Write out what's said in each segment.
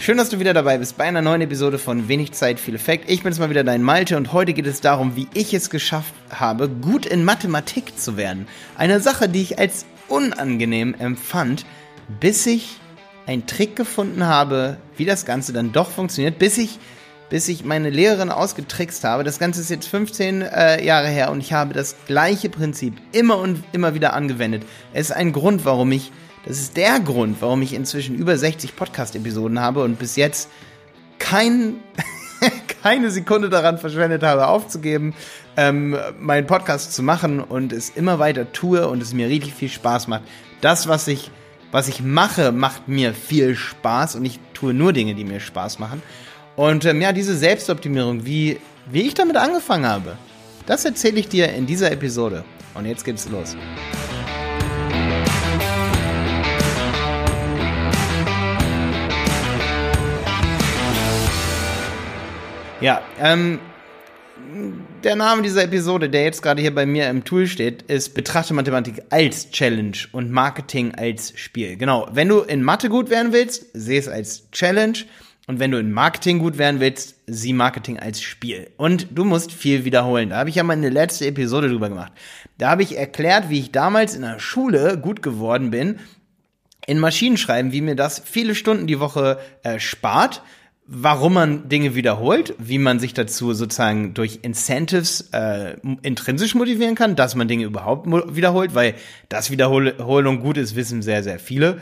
Schön, dass du wieder dabei bist bei einer neuen Episode von Wenig Zeit, viel Effekt. Ich bin's mal wieder, dein Malte, und heute geht es darum, wie ich es geschafft habe, gut in Mathematik zu werden. Eine Sache, die ich als unangenehm empfand, bis ich einen Trick gefunden habe, wie das Ganze dann doch funktioniert, bis ich meine Lehrerin ausgetrickst habe. Das Ganze ist jetzt 15 Jahre her und ich habe das gleiche Prinzip immer und immer wieder angewendet. Es ist das ist der Grund, warum ich inzwischen über 60 Podcast-Episoden habe und bis jetzt keine Sekunde daran verschwendet habe, aufzugeben, meinen Podcast zu machen und es immer weiter tue und es mir richtig viel Spaß macht. Das, was ich mache, macht mir viel Spaß und ich tue nur Dinge, die mir Spaß machen. Und diese Selbstoptimierung, wie ich damit angefangen habe, das erzähle ich dir in dieser Episode. Und jetzt geht's los. Ja, der Name dieser Episode, der jetzt gerade hier bei mir im Tool steht, ist Betrachte Mathematik als Challenge und Marketing als Spiel. Genau, wenn du in Mathe gut werden willst, sehe es als Challenge. Und wenn du in Marketing gut werden willst, sieh Marketing als Spiel. Und du musst viel wiederholen. Da habe ich ja mal eine letzte Episode drüber gemacht. Da habe ich erklärt, wie ich damals in der Schule gut geworden bin in Maschinenschreiben, wie mir das viele Stunden die Woche spart, warum man Dinge wiederholt, wie man sich dazu sozusagen durch Incentives intrinsisch motivieren kann, dass man Dinge überhaupt wiederholt, weil dass Wiederholung gut ist, wissen sehr, sehr viele.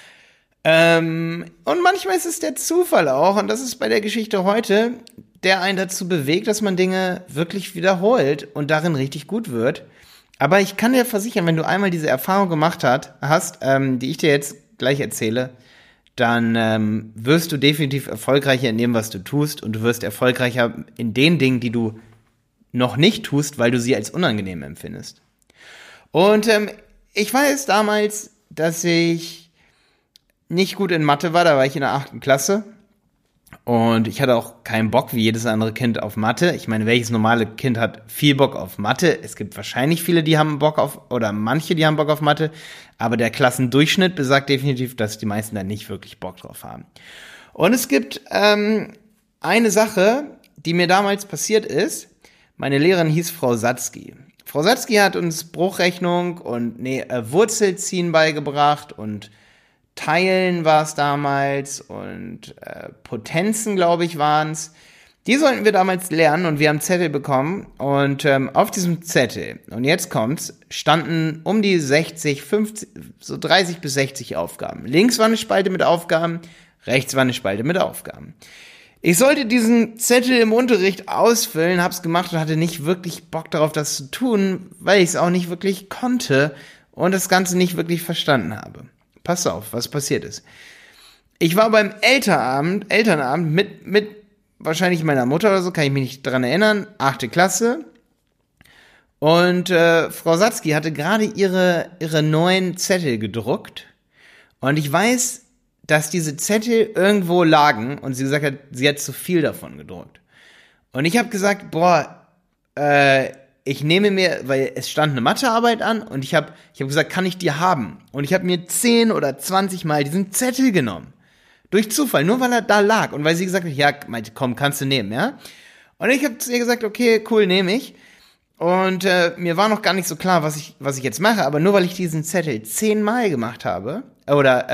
Und manchmal ist es der Zufall auch, und das ist bei der Geschichte heute, der einen dazu bewegt, dass man Dinge wirklich wiederholt und darin richtig gut wird. Aber ich kann dir versichern, wenn du einmal diese Erfahrung gemacht hast, die ich dir jetzt gleich erzähle, dann wirst du definitiv erfolgreicher in dem, was du tust, und du wirst erfolgreicher in den Dingen, die du noch nicht tust, weil du sie als unangenehm empfindest. Und ich weiß damals, dass ich nicht gut in Mathe war, da war ich in der 8. Klasse und ich hatte auch keinen Bock, wie jedes andere Kind, auf Mathe. Ich meine, welches normale Kind hat viel Bock auf Mathe? Es gibt wahrscheinlich viele, die haben Bock auf, oder manche, die haben Bock auf Mathe, aber der Klassendurchschnitt besagt definitiv, dass die meisten da nicht wirklich Bock drauf haben. Und es gibt eine Sache, die mir damals passiert ist. Meine Lehrerin hieß Frau Satzky. Frau Satzky hat uns Bruchrechnung und Wurzelziehen beigebracht und Teilen war es damals und Potenzen, glaube ich, waren es. Die sollten wir damals lernen und wir haben Zettel bekommen und auf diesem Zettel, und jetzt kommt's, standen um die 60, 50, so 30 bis 60 Aufgaben. Links war eine Spalte mit Aufgaben, rechts war eine Spalte mit Aufgaben. Ich sollte diesen Zettel im Unterricht ausfüllen, hab's gemacht und hatte nicht wirklich Bock darauf, das zu tun, weil ich es auch nicht wirklich konnte und das Ganze nicht wirklich verstanden habe. Pass auf, was passiert ist. Ich war beim Elternabend mit wahrscheinlich meiner Mutter oder so, kann ich mich nicht dran erinnern, 8. Klasse. Und Frau Satzky hatte gerade ihre neuen Zettel gedruckt. Und ich weiß, dass diese Zettel irgendwo lagen und sie gesagt hat, sie hat zu viel davon gedruckt. Und ich habe gesagt, ich nehme mir, weil es stand eine Mathearbeit an und ich hab gesagt, kann ich die haben? Und ich habe mir 10 oder 20 Mal diesen Zettel genommen. Durch Zufall, nur weil er da lag. Und weil sie gesagt hat, ja, meinte, komm, kannst du nehmen, ja? Und ich habe zu ihr gesagt, okay, cool, nehme ich. Und mir war noch gar nicht so klar, was ich jetzt mache, aber nur weil ich diesen Zettel 10 Mal gemacht habe, oder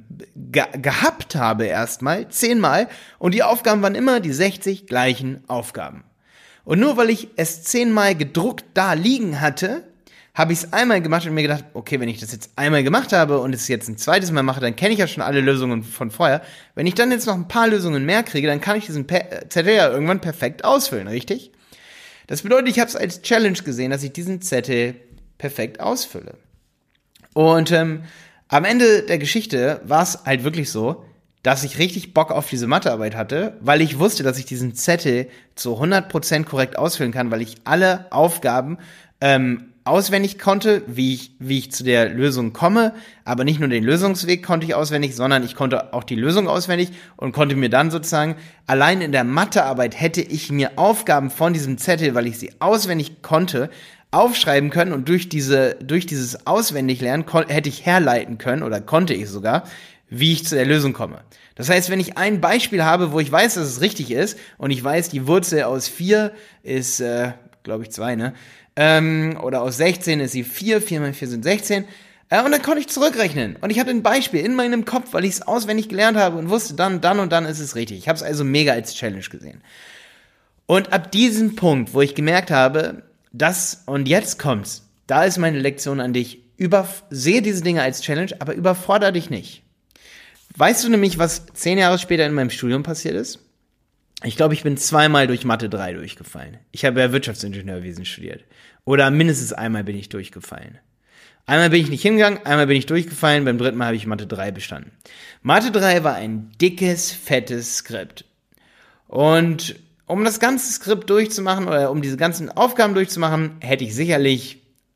gehabt habe erstmal, 10 Mal, und die Aufgaben waren immer die 60 gleichen Aufgaben. Und nur weil ich es 10 Mal gedruckt da liegen hatte, habe ich es einmal gemacht und mir gedacht, okay, wenn ich das jetzt einmal gemacht habe und es jetzt ein zweites Mal mache, dann kenne ich ja schon alle Lösungen von vorher. Wenn ich dann jetzt noch ein paar Lösungen mehr kriege, dann kann ich diesen Zettel ja irgendwann perfekt ausfüllen, richtig? Das bedeutet, ich habe es als Challenge gesehen, dass ich diesen Zettel perfekt ausfülle. Und am Ende der Geschichte war es halt wirklich so, dass ich richtig Bock auf diese Mathearbeit hatte, weil ich wusste, dass ich diesen Zettel zu 100% korrekt ausfüllen kann, weil ich alle Aufgaben auswendig konnte, wie ich zu der Lösung komme, aber nicht nur den Lösungsweg konnte ich auswendig, sondern ich konnte auch die Lösung auswendig und konnte mir dann sozusagen, allein in der Mathearbeit hätte ich mir Aufgaben von diesem Zettel, weil ich sie auswendig konnte, aufschreiben können, und durch dieses Auswendiglernen hätte ich herleiten können, oder konnte ich sogar, wie ich zu der Lösung komme. Das heißt, wenn ich ein Beispiel habe, wo ich weiß, dass es richtig ist und ich weiß, die Wurzel aus 4 ist, glaube ich 2, ne? Oder aus 16 ist sie 4, 4 mal 4 sind 16. Und dann konnte ich zurückrechnen. Und ich hatte ein Beispiel in meinem Kopf, weil ich es auswendig gelernt habe und wusste, dann und dann ist es richtig. Ich habe es also mega als Challenge gesehen. Und ab diesem Punkt, wo ich gemerkt habe, und jetzt kommt's, da ist meine Lektion an dich, sehe diese Dinge als Challenge, aber überfordere dich nicht. Weißt du nämlich, was 10 Jahre später in meinem Studium passiert ist? Ich glaube, ich bin 2-mal durch Mathe 3 durchgefallen. Ich habe ja Wirtschaftsingenieurwesen studiert. Oder mindestens einmal bin ich durchgefallen. Einmal bin ich nicht hingegangen, einmal bin ich durchgefallen, beim 3. Mal habe ich Mathe 3 bestanden. Mathe 3 war ein dickes, fettes Skript. Und um das ganze Skript durchzumachen oder um diese ganzen Aufgaben durchzumachen, hätte ich sicherlich,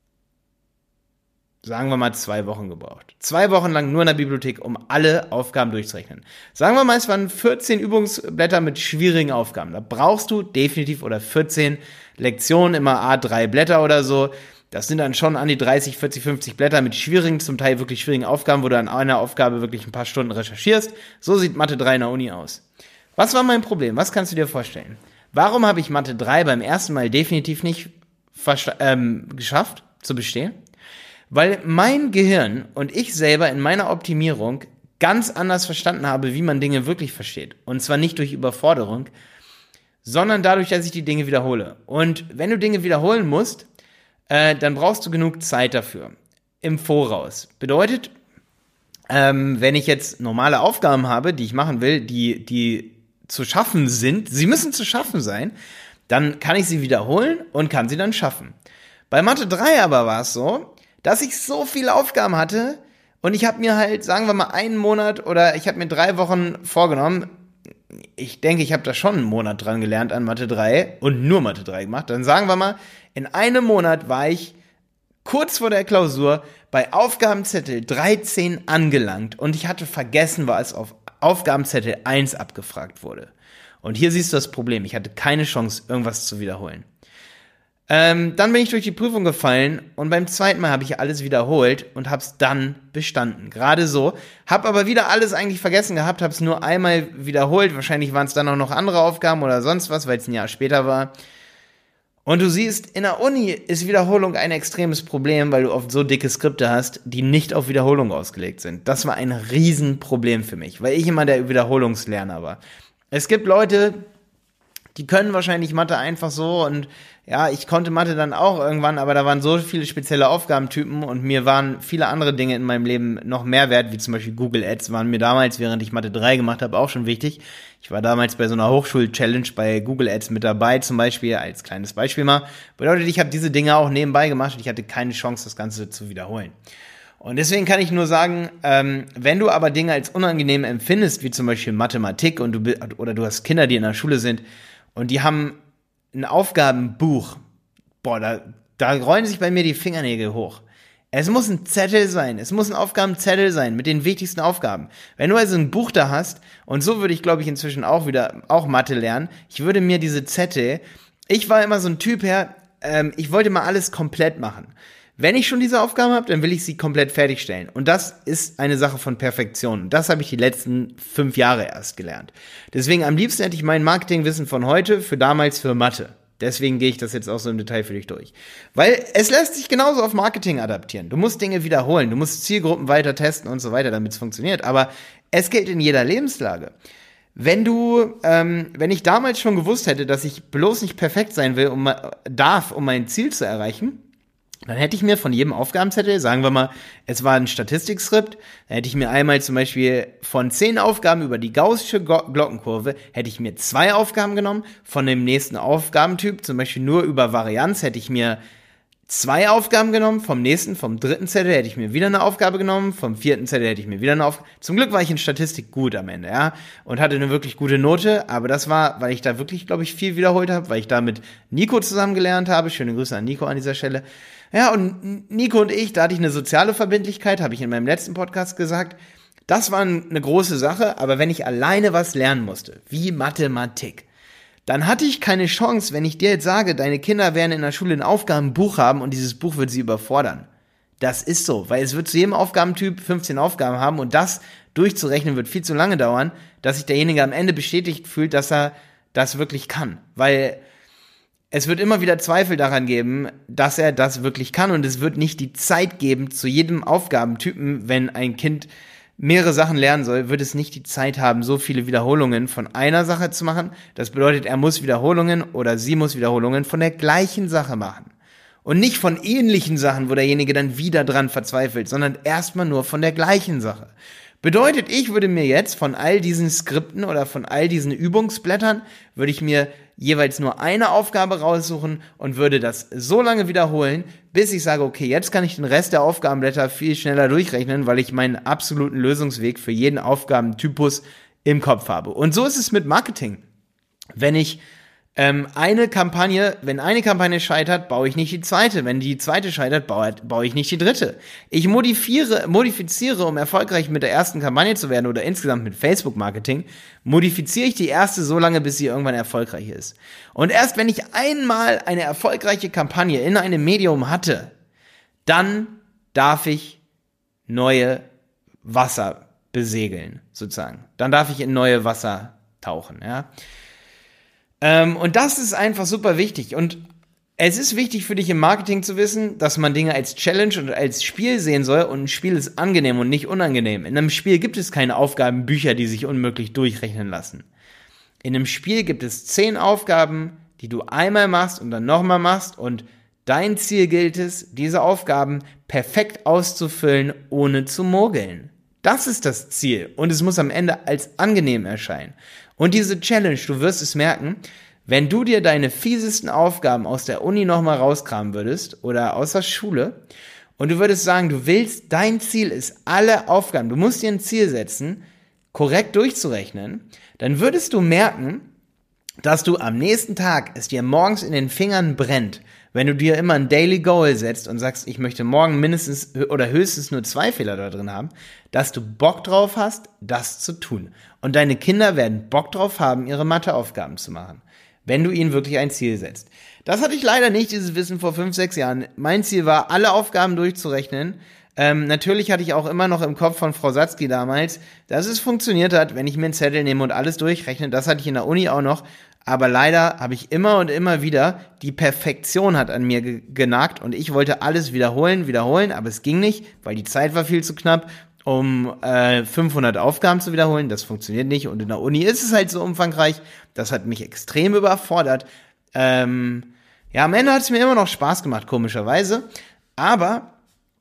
sagen wir mal, 2 Wochen gebraucht. 2 Wochen lang nur in der Bibliothek, um alle Aufgaben durchzurechnen. Sagen wir mal, es waren 14 Übungsblätter mit schwierigen Aufgaben. Da brauchst du definitiv, oder 14 Lektionen, immer A3 Blätter oder so. Das sind dann schon an die 30, 40, 50 Blätter mit schwierigen, zum Teil wirklich schwierigen Aufgaben, wo du an einer Aufgabe wirklich ein paar Stunden recherchierst. So sieht Mathe 3 in der Uni aus. Was war mein Problem? Was kannst du dir vorstellen? Warum habe ich Mathe 3 beim ersten Mal definitiv nicht geschafft zu bestehen? Weil mein Gehirn und ich selber in meiner Optimierung ganz anders verstanden habe, wie man Dinge wirklich versteht. Und zwar nicht durch Überforderung, sondern dadurch, dass ich die Dinge wiederhole. Und wenn du Dinge wiederholen musst, dann brauchst du genug Zeit dafür. Im Voraus. Bedeutet, wenn ich jetzt normale Aufgaben habe, die ich machen will, die zu schaffen sind, sie müssen zu schaffen sein, dann kann ich sie wiederholen und kann sie dann schaffen. Bei Mathe 3 aber war es so, dass ich so viele Aufgaben hatte und ich habe mir halt, sagen wir mal, einen Monat oder ich habe mir 3 Wochen vorgenommen. Ich denke, ich habe da schon einen Monat dran gelernt an Mathe 3 und nur Mathe 3 gemacht. Dann sagen wir mal, in einem Monat war ich kurz vor der Klausur bei Aufgabenzettel 13 angelangt und ich hatte vergessen, was auf Aufgabenzettel 1 abgefragt wurde. Und hier siehst du das Problem. Ich hatte keine Chance, irgendwas zu wiederholen. Dann bin ich durch die Prüfung gefallen und beim 2. Mal habe ich alles wiederholt und habe es dann bestanden. Gerade so. Habe aber wieder alles eigentlich vergessen gehabt, habe es nur einmal wiederholt. Wahrscheinlich waren es dann auch noch andere Aufgaben oder sonst was, weil es ein Jahr später war. Und du siehst, in der Uni ist Wiederholung ein extremes Problem, weil du oft so dicke Skripte hast, die nicht auf Wiederholung ausgelegt sind. Das war ein Riesenproblem für mich, weil ich immer der Wiederholungslerner war. Es gibt Leute, die können wahrscheinlich Mathe einfach so und ja, ich konnte Mathe dann auch irgendwann, aber da waren so viele spezielle Aufgabentypen und mir waren viele andere Dinge in meinem Leben noch mehr wert, wie zum Beispiel Google Ads, waren mir damals, während ich Mathe 3 gemacht habe, auch schon wichtig. Ich war damals bei so einer Hochschul-Challenge bei Google Ads mit dabei, zum Beispiel, als kleines Beispiel mal. Bedeutet, ich habe diese Dinge auch nebenbei gemacht und ich hatte keine Chance, das Ganze zu wiederholen. Und deswegen kann ich nur sagen, wenn du aber Dinge als unangenehm empfindest, wie zum Beispiel Mathematik und du hast Kinder, die in der Schule sind und die haben ein Aufgabenbuch, da rollen sich bei mir die Fingernägel hoch. Es muss ein Zettel sein, es muss ein Aufgabenzettel sein mit den wichtigsten Aufgaben. Wenn du also ein Buch da hast, und so würde ich, glaube ich, inzwischen auch Mathe lernen, ich würde mir diese Zettel, ich war immer so ein Typ ich wollte mal alles komplett machen. Wenn ich schon diese Aufgaben habe, dann will ich sie komplett fertigstellen. Und das ist eine Sache von Perfektion. Und das habe ich die letzten 5 Jahre erst gelernt. Deswegen am liebsten hätte ich mein Marketingwissen von heute für damals für Mathe. Deswegen gehe ich das jetzt auch so im Detail für dich durch. Weil es lässt sich genauso auf Marketing adaptieren. Du musst Dinge wiederholen, du musst Zielgruppen weiter testen und so weiter, damit es funktioniert. Aber es gilt in jeder Lebenslage. Wenn ich damals schon gewusst hätte, dass ich bloß nicht perfekt sein will, um mein Ziel zu erreichen, dann hätte ich mir von jedem Aufgabenzettel, sagen wir mal, es war ein Statistikskript, dann hätte ich mir einmal zum Beispiel von 10 Aufgaben über die gaußsche Glockenkurve, hätte ich mir 2 Aufgaben genommen, von dem nächsten Aufgabentyp, zum Beispiel nur über Varianz, hätte ich mir 2 Aufgaben genommen, vom 3. Zettel hätte ich mir wieder eine Aufgabe genommen, vom 4. Zettel hätte ich mir wieder eine Aufgabe. Zum Glück war ich in Statistik gut am Ende, ja, und hatte eine wirklich gute Note, aber das war, weil ich da wirklich, glaube ich, viel wiederholt habe, weil ich da mit Nico zusammen gelernt habe. Schöne Grüße an Nico an dieser Stelle. Ja, und Nico und ich, da hatte ich eine soziale Verbindlichkeit, habe ich in meinem letzten Podcast gesagt. Das war eine große Sache, aber wenn ich alleine was lernen musste, wie Mathematik, dann hatte ich keine Chance, wenn ich dir jetzt sage, deine Kinder werden in der Schule ein Aufgabenbuch haben und dieses Buch wird sie überfordern. Das ist so, weil es wird zu jedem Aufgabentyp 15 Aufgaben haben und das durchzurechnen wird viel zu lange dauern, dass sich derjenige am Ende bestätigt fühlt, dass er das wirklich kann. Weil es wird immer wieder Zweifel daran geben, dass er das wirklich kann und es wird nicht die Zeit geben, zu jedem Aufgabentypen, wenn ein Kind mehrere Sachen lernen soll, wird es nicht die Zeit haben, so viele Wiederholungen von einer Sache zu machen. Das bedeutet, er muss Wiederholungen oder sie muss Wiederholungen von der gleichen Sache machen. Und nicht von ähnlichen Sachen, wo derjenige dann wieder dran verzweifelt, sondern erstmal nur von der gleichen Sache. Bedeutet, ich würde mir jetzt von all diesen Skripten oder von all diesen Übungsblättern, würde ich mir jeweils nur eine Aufgabe raussuchen und würde das so lange wiederholen, bis ich sage, okay, jetzt kann ich den Rest der Aufgabenblätter viel schneller durchrechnen, weil ich meinen absoluten Lösungsweg für jeden Aufgabentypus im Kopf habe. Und so ist es mit Marketing. Wenn eine Kampagne scheitert, baue ich nicht die zweite. Wenn die zweite scheitert, baue ich nicht die dritte. Ich modifiziere, um erfolgreich mit der ersten Kampagne zu werden oder insgesamt mit Facebook-Marketing, modifiziere ich die erste so lange, bis sie irgendwann erfolgreich ist. Und erst wenn ich einmal eine erfolgreiche Kampagne in einem Medium hatte, dann darf ich neue Wasser besegeln, sozusagen. Dann darf ich in neue Wasser tauchen, ja. Und das ist einfach super wichtig. Und es ist wichtig für dich im Marketing zu wissen, dass man Dinge als Challenge und als Spiel sehen soll und ein Spiel ist angenehm und nicht unangenehm. In einem Spiel gibt es keine Aufgabenbücher, die sich unmöglich durchrechnen lassen. In einem Spiel gibt es 10 Aufgaben, die du einmal machst und dann nochmal machst und dein Ziel gilt es, diese Aufgaben perfekt auszufüllen, ohne zu mogeln. Das ist das Ziel und es muss am Ende als angenehm erscheinen. Und diese Challenge, du wirst es merken, wenn du dir deine fiesesten Aufgaben aus der Uni nochmal rauskramen würdest oder aus der Schule und du würdest sagen, dein Ziel ist alle Aufgaben, du musst dir ein Ziel setzen, korrekt durchzurechnen, dann würdest du merken, dass du am nächsten Tag es dir morgens in den Fingern brennt, wenn du dir immer ein Daily Goal setzt und sagst, ich möchte morgen mindestens oder höchstens nur 2 Fehler da drin haben, dass du Bock drauf hast, das zu tun. Und deine Kinder werden Bock drauf haben, ihre Matheaufgaben zu machen, wenn du ihnen wirklich ein Ziel setzt. Das hatte ich leider nicht, dieses Wissen vor 5, 6 Jahren. Mein Ziel war, alle Aufgaben durchzurechnen. Natürlich hatte ich auch immer noch im Kopf von Frau Satzky damals, dass es funktioniert hat, wenn ich mir einen Zettel nehme und alles durchrechne. Das hatte ich in der Uni auch noch. Aber leider habe ich immer und immer wieder, die Perfektion hat an mir genagt und ich wollte alles wiederholen, aber es ging nicht, weil die Zeit war viel zu knapp, um 500 Aufgaben zu wiederholen. Das funktioniert nicht und in der Uni ist es halt so umfangreich. Das hat mich extrem überfordert. Am Ende hat es mir immer noch Spaß gemacht, komischerweise. Aber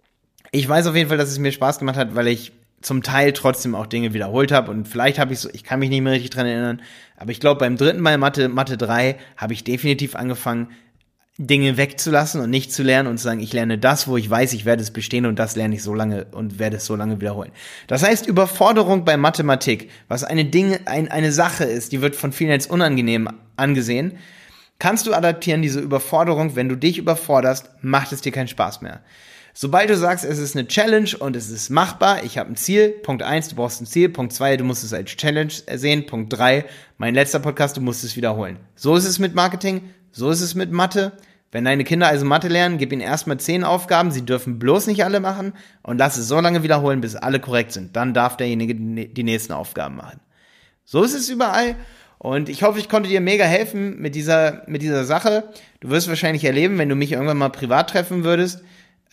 ich weiß auf jeden Fall, dass es mir Spaß gemacht hat, weil ich zum Teil trotzdem auch Dinge wiederholt habe und vielleicht habe ich kann mich nicht mehr richtig dran erinnern, aber ich glaube beim 3. Mal Mathe 3 habe ich definitiv angefangen, Dinge wegzulassen und nicht zu lernen und zu sagen, ich lerne das, wo ich weiß, ich werde es bestehen und das lerne ich so lange und werde es so lange wiederholen. Das heißt, Überforderung bei Mathematik, was eine Sache ist, die wird von vielen als unangenehm angesehen, kannst du adaptieren, diese Überforderung, wenn du dich überforderst, macht es dir keinen Spaß mehr. Sobald du sagst, es ist eine Challenge und es ist machbar, ich habe ein Ziel, Punkt 1, du brauchst ein Ziel, Punkt 2, du musst es als Challenge sehen, Punkt 3, mein letzter Podcast, du musst es wiederholen. So ist es mit Marketing, so ist es mit Mathe. Wenn deine Kinder also Mathe lernen, gib ihnen erstmal 10 Aufgaben, sie dürfen bloß nicht alle machen und lass es so lange wiederholen, bis alle korrekt sind. Dann darf derjenige die nächsten Aufgaben machen. So ist es überall. Und ich hoffe, ich konnte dir mega helfen mit dieser Sache. Du wirst wahrscheinlich erleben, wenn du mich irgendwann mal privat treffen würdest,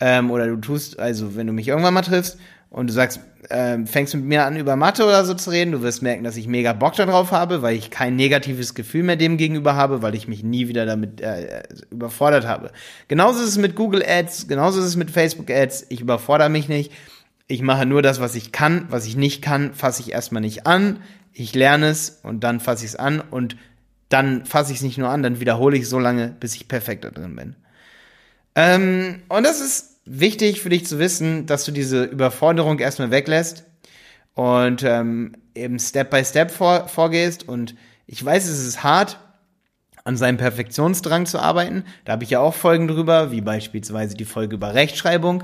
wenn du mich irgendwann mal triffst und du sagst, fängst mit mir an, über Mathe oder so zu reden, du wirst merken, dass ich mega Bock darauf habe, weil ich kein negatives Gefühl mehr dem gegenüber habe, weil ich mich nie wieder damit überfordert habe. Genauso ist es mit Google Ads, genauso ist es mit Facebook Ads, ich überfordere mich nicht, ich mache nur das, was ich kann, was ich nicht kann, fasse ich erstmal nicht an, ich lerne es und dann fasse ich es an und dann fasse ich es nicht nur an, dann wiederhole ich so lange, bis ich perfekt da drin bin. Und das ist wichtig für dich zu wissen, dass du diese Überforderung erstmal weglässt und eben Step by Step vorgehst. Und ich weiß, es ist hart, an seinem Perfektionsdrang zu arbeiten. Da habe ich ja auch Folgen drüber, wie beispielsweise die Folge über Rechtschreibung.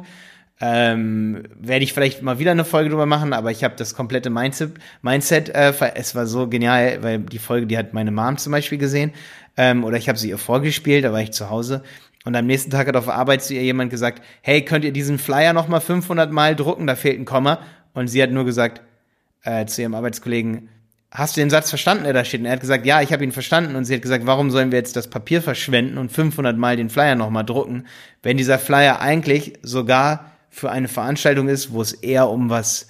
Werde ich vielleicht mal wieder eine Folge drüber machen, aber ich habe das komplette Mindset, es war so genial, weil die Folge, die hat meine Mom zum Beispiel gesehen, oder ich habe sie ihr vorgespielt, da war ich zu Hause. Und am nächsten Tag hat auf der Arbeit zu ihr jemand gesagt, hey, könnt ihr diesen Flyer nochmal 500 Mal drucken, da fehlt ein Komma. Und sie hat nur gesagt zu ihrem Arbeitskollegen, hast du den Satz verstanden, der da steht? Und er hat gesagt, ja, ich habe ihn verstanden. Und sie hat gesagt, warum sollen wir jetzt das Papier verschwenden und 500 Mal den Flyer nochmal drucken, wenn dieser Flyer eigentlich sogar für eine Veranstaltung ist, wo es eher um was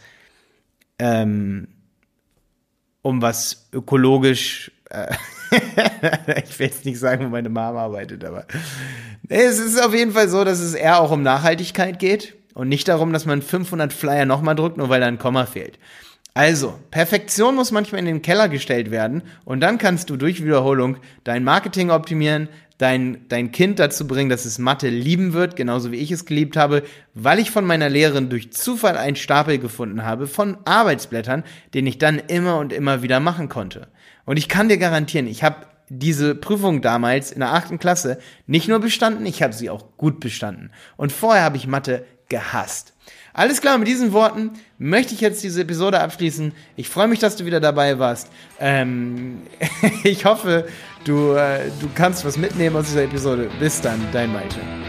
ökologisch, ich will jetzt nicht sagen, wo meine Mama arbeitet, aber es ist auf jeden Fall so, dass es eher auch um Nachhaltigkeit geht und nicht darum, dass man 500 Flyer nochmal druckt, nur weil da ein Komma fehlt. Also, Perfektion muss manchmal in den Keller gestellt werden und dann kannst du durch Wiederholung dein Marketing optimieren, dein Kind dazu bringen, dass es Mathe lieben wird, genauso wie ich es geliebt habe, weil ich von meiner Lehrerin durch Zufall einen Stapel gefunden habe von Arbeitsblättern, den ich dann immer und immer wieder machen konnte. Und ich kann dir garantieren, ich habe diese Prüfung damals in der 8. Klasse nicht nur bestanden, ich habe sie auch gut bestanden. Und vorher habe ich Mathe gehasst. Alles klar, mit diesen Worten möchte ich jetzt diese Episode abschließen. Ich freue mich, dass du wieder dabei warst. Ich hoffe, du kannst was mitnehmen aus dieser Episode. Bis dann, dein Malte.